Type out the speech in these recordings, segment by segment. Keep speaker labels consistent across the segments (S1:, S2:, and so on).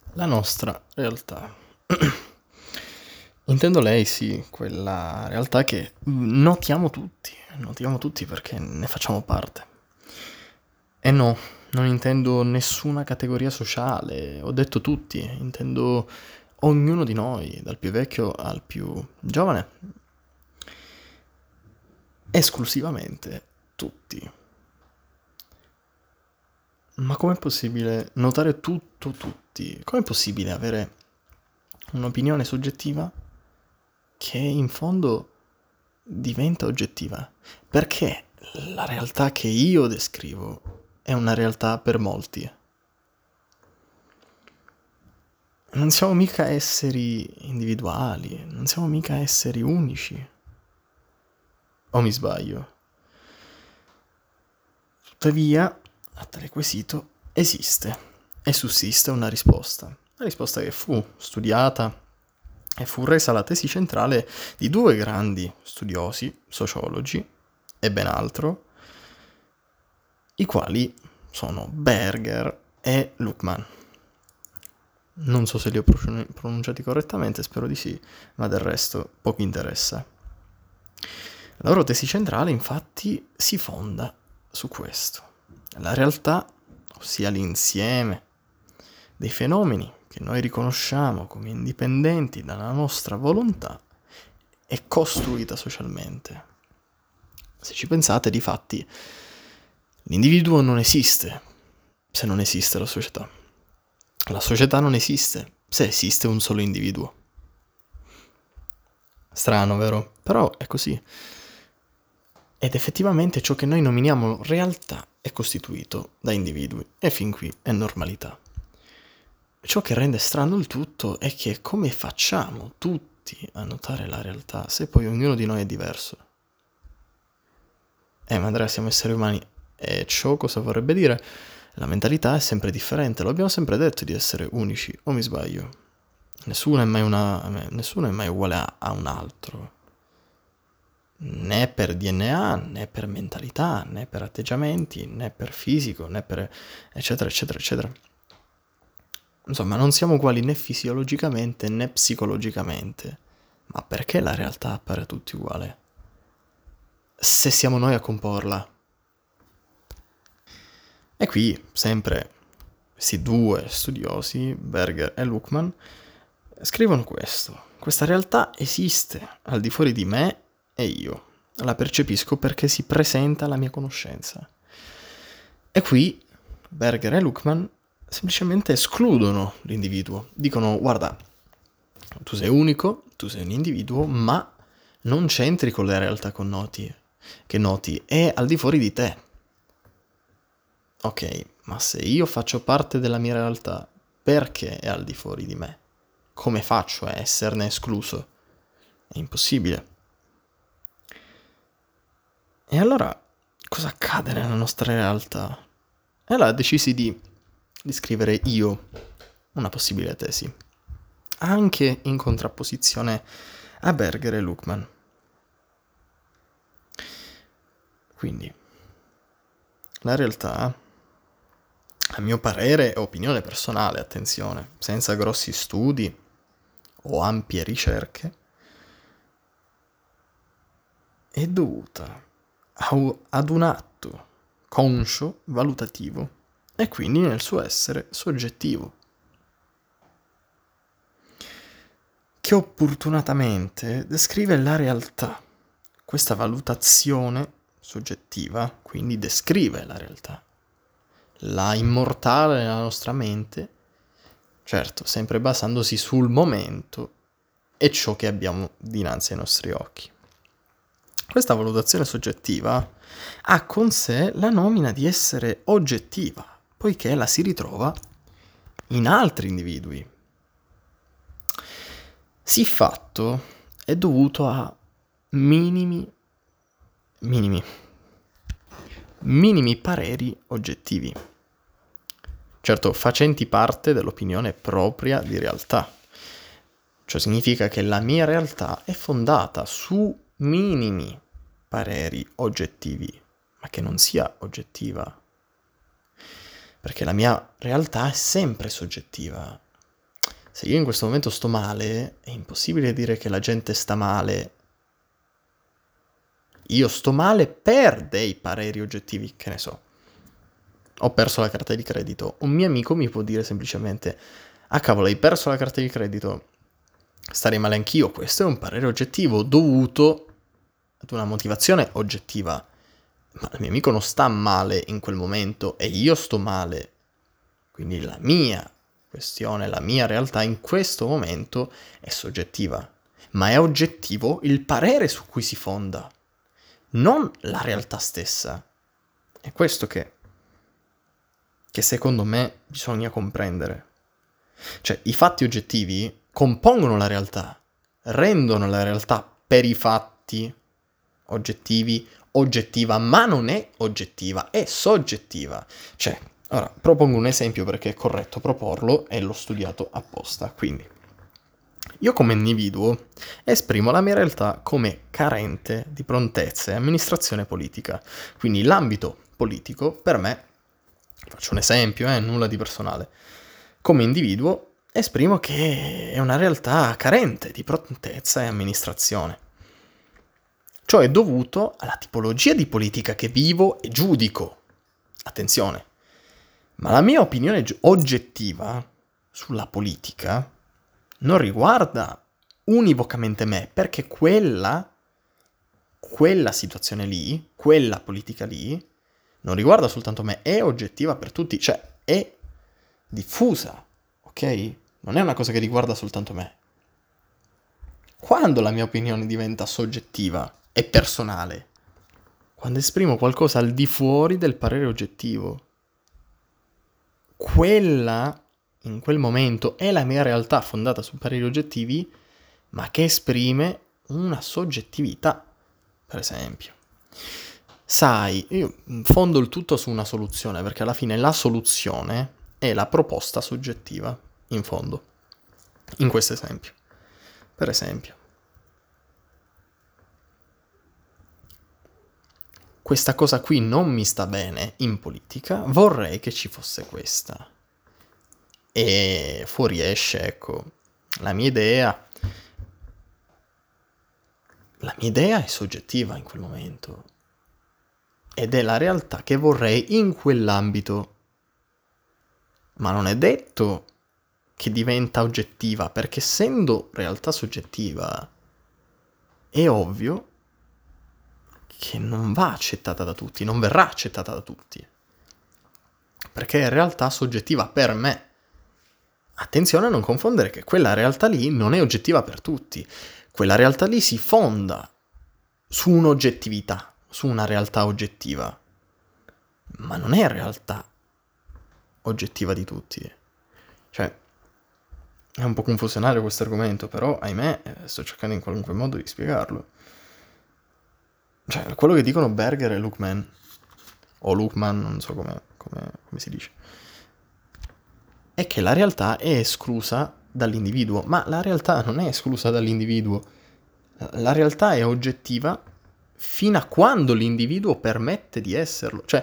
S1: La nostra realtà. Intendo lei, sì, quella realtà che notiamo tutti perché ne facciamo parte. E no, non intendo nessuna categoria sociale, ho detto tutti, intendo ognuno di noi, dal più vecchio al più giovane, esclusivamente tutti. Ma com'è possibile notare tutto tutti? Com'è possibile avere un'opinione soggettiva che in fondo diventa oggettiva? Perché la realtà che io descrivo è una realtà per molti. Non siamo mica esseri individuali, non siamo mica esseri unici. O mi sbaglio? Tuttavia, a tale quesito esiste e sussiste una risposta. Una risposta che fu studiata e fu resa la tesi centrale di due grandi studiosi, sociologi e ben altro, i quali sono Berger e Luhmann. Non so se li ho pronunciati correttamente, spero di sì, ma del resto poco interessa. La loro tesi centrale, infatti, si fonda su questo. La realtà, ossia l'insieme dei fenomeni che noi riconosciamo come indipendenti dalla nostra volontà, è costruita socialmente. Se ci pensate, difatti, l'individuo non esiste se non esiste la società. La società non esiste se esiste un solo individuo. Strano, vero? Però è così. Ed effettivamente ciò che noi nominiamo realtà è costituito da individui, e fin qui è normalità. Ciò che rende strano il tutto è che come facciamo tutti a notare la realtà se poi ognuno di noi è diverso? Ma Andrea, siamo esseri umani. E ciò cosa vorrebbe dire? La mentalità è sempre differente, lo abbiamo sempre detto di essere unici, o mi sbaglio? Nessuno è mai uguale a un altro, né per DNA, né per mentalità, né per atteggiamenti, né per fisico, né per eccetera, eccetera, eccetera. Insomma, non siamo uguali né fisiologicamente né psicologicamente. Ma perché la realtà appare a tutti uguale? Se siamo noi a comporla. E qui, sempre, questi due studiosi, Berger e Luhmann, scrivono questo. Questa realtà esiste al di fuori di me e io. La percepisco perché si presenta alla mia conoscenza. E qui Berger e Luhmann semplicemente escludono l'individuo. Dicono, guarda, tu sei unico, tu sei un individuo, ma non c'entri con le realtà che noti, è al di fuori di te. Ok, ma se io faccio parte della mia realtà, perché è al di fuori di me? Come faccio a esserne escluso? È impossibile. E allora, cosa accade nella nostra realtà? E allora decisi di scrivere io una possibile tesi, anche in contrapposizione a Berger e Luhmann. Quindi, la realtà, a mio parere e opinione personale, attenzione, senza grossi studi o ampie ricerche, è dovuta ad un atto conscio, valutativo, e quindi nel suo essere soggettivo, che opportunamente descrive la realtà. Questa valutazione soggettiva quindi descrive la realtà, la immortale nella nostra mente, certo, sempre basandosi sul momento e ciò che abbiamo dinanzi ai nostri occhi. Questa valutazione soggettiva ha con sé la nomina di essere oggettiva, poiché la si ritrova in altri individui. Siffatto è dovuto a minimi pareri oggettivi, certo facenti parte dell'opinione propria di realtà. Ciò significa che la mia realtà è fondata su minimi pareri oggettivi, ma che non sia oggettiva, perché la mia realtà è sempre soggettiva. Se io in questo momento sto male, è impossibile dire che la gente sta male. Io sto male per dei pareri oggettivi, che ne so. Ho perso la carta di credito. Un mio amico mi può dire semplicemente: ah cavolo, hai perso la carta di credito, starei male anch'io. Questo è un parere oggettivo dovuto ad una motivazione oggettiva. Ma il mio amico non sta male in quel momento e io sto male. Quindi la mia questione, la mia realtà in questo momento è soggettiva. Ma è oggettivo il parere su cui si fonda, non la realtà stessa. È questo che secondo me bisogna comprendere. Cioè, i fatti oggettivi compongono la realtà, rendono la realtà per i fatti oggettivi oggettiva, ma non è oggettiva, è soggettiva. Cioè, ora, propongo un esempio perché è corretto proporlo e l'ho studiato apposta. Quindi, io come individuo esprimo la mia realtà come carente di prontezza e amministrazione politica. Quindi l'ambito politico, per me, faccio un esempio, nulla di personale, come individuo esprimo che è una realtà carente di prontezza e amministrazione. Ciò è dovuto alla tipologia di politica che vivo e giudico. Attenzione, ma la mia opinione oggettiva sulla politica non riguarda univocamente me, perché quella situazione lì, quella politica lì, non riguarda soltanto me, è oggettiva per tutti, cioè è diffusa, ok? Non è una cosa che riguarda soltanto me. Quando la mia opinione diventa soggettiva e personale? Quando esprimo qualcosa al di fuori del parere oggettivo. Quella, in quel momento, è la mia realtà fondata su pareri oggettivi, ma che esprime una soggettività, per esempio. Sai, io fondo il tutto su una soluzione, perché alla fine la soluzione è la proposta soggettiva, in fondo, in questo esempio. Per esempio, questa cosa qui non mi sta bene in politica, vorrei che ci fosse questa. E fuoriesce, ecco, la mia idea è soggettiva in quel momento. Ed è la realtà che vorrei in quell'ambito. Ma non è detto che diventa oggettiva, perché essendo realtà soggettiva, è ovvio che non va accettata da tutti, non verrà accettata da tutti. Perché è realtà soggettiva per me. Attenzione a non confondere che quella realtà lì non è oggettiva per tutti. Quella realtà lì si fonda su un'oggettività, su una realtà oggettiva. Ma non è realtà oggettiva di tutti. Cioè, è un po' confusionario questo argomento, però, ahimè, sto cercando in qualunque modo di spiegarlo. Cioè, quello che dicono Berger e Luckman, o Luckman, non so come si dice, è che la realtà è esclusa dall'individuo, ma la realtà non è esclusa dall'individuo. La realtà è oggettiva fino a quando l'individuo permette di esserlo. Cioè,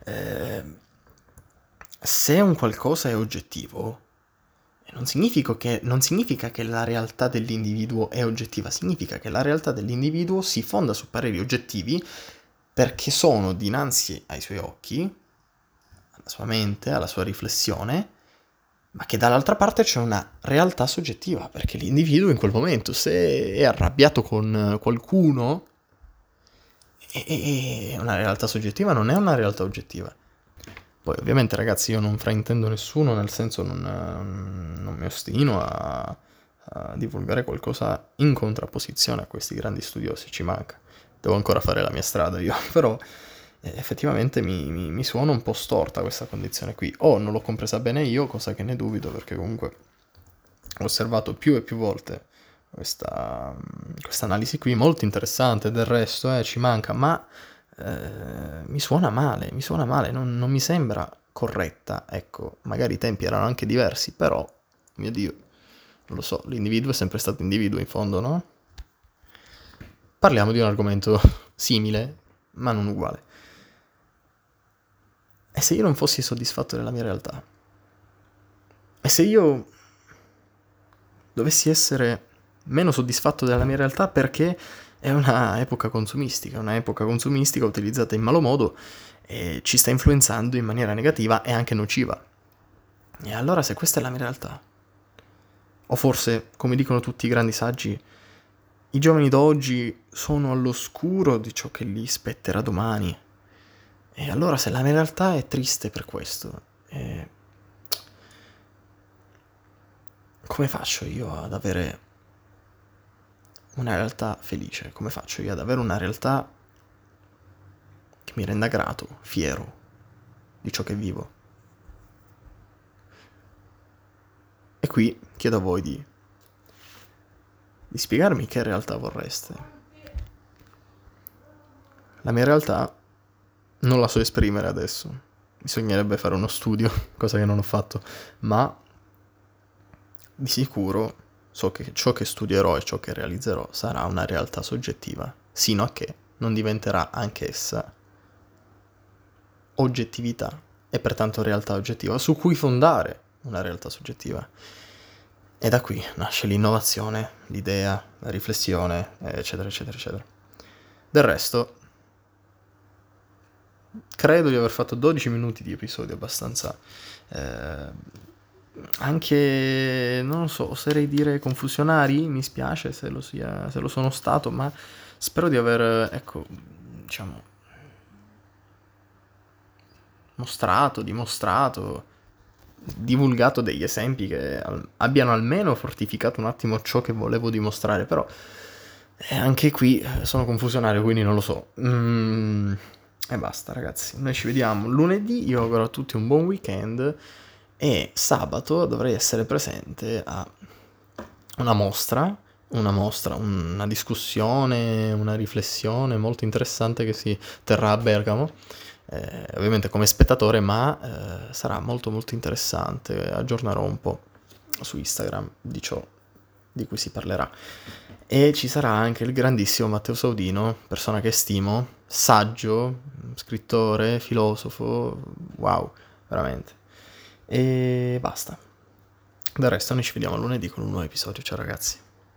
S1: se un qualcosa è oggettivo, non significa che la realtà dell'individuo è oggettiva, significa che la realtà dell'individuo si fonda su pareri oggettivi perché sono dinanzi ai suoi occhi, alla sua mente, alla sua riflessione, ma che dall'altra parte c'è una realtà soggettiva, perché l'individuo in quel momento, se è arrabbiato con qualcuno, è una realtà soggettiva, non è una realtà oggettiva. Poi ovviamente ragazzi io non fraintendo nessuno, nel senso non mi ostino a divulgare qualcosa in contrapposizione a questi grandi studiosi, ci manca. Devo ancora fare la mia strada io, però effettivamente mi suona un po' storta questa condizione qui. O non l'ho compresa bene io, cosa che ne dubito, perché comunque ho osservato più e più volte questa analisi qui, molto interessante del resto, ci manca, ma mi suona male, non mi sembra corretta, ecco, magari i tempi erano anche diversi, però, mio Dio, non lo so, l'individuo è sempre stato individuo in fondo, no? Parliamo di un argomento simile, ma non uguale. E se io non fossi soddisfatto della mia realtà? E se io dovessi essere meno soddisfatto della mia realtà perché è una epoca consumistica utilizzata in malo modo e ci sta influenzando in maniera negativa e anche nociva. E allora se questa è la mia realtà, o forse, come dicono tutti i grandi saggi, i giovani d'oggi sono all'oscuro di ciò che li spetterà domani. E allora se la mia realtà è triste per questo, come faccio io ad avere una realtà felice? Come faccio io ad avere una realtà che mi renda grato, fiero di ciò che vivo? E qui chiedo a voi di spiegarmi che realtà vorreste. La mia realtà non la so esprimere adesso. Bisognerebbe fare uno studio, cosa che non ho fatto, ma di sicuro so che ciò che studierò e ciò che realizzerò sarà una realtà soggettiva, sino a che non diventerà anch'essa oggettività e pertanto realtà oggettiva su cui fondare una realtà soggettiva. E da qui nasce l'innovazione, l'idea, la riflessione, eccetera, eccetera, eccetera. Del resto, credo di aver fatto 12 minuti di episodio abbastanza... anche, non lo so, oserei dire confusionari, mi spiace se lo sono stato, ma spero di aver, ecco, diciamo, dimostrato, divulgato degli esempi che abbiano almeno fortificato un attimo ciò che volevo dimostrare, però anche qui sono confusionario, quindi non lo so. E basta, ragazzi, noi ci vediamo lunedì, io auguro a tutti un buon weekend e sabato dovrei essere presente a una discussione, una riflessione molto interessante che si terrà a Bergamo, ovviamente come spettatore, ma sarà molto molto interessante. Aggiornerò un po' su Instagram di ciò di cui si parlerà. E ci sarà anche il grandissimo Matteo Saudino, persona che stimo, saggio, scrittore, filosofo, wow, veramente. E basta. Del resto noi ci vediamo lunedì con un nuovo episodio. Ciao ragazzi.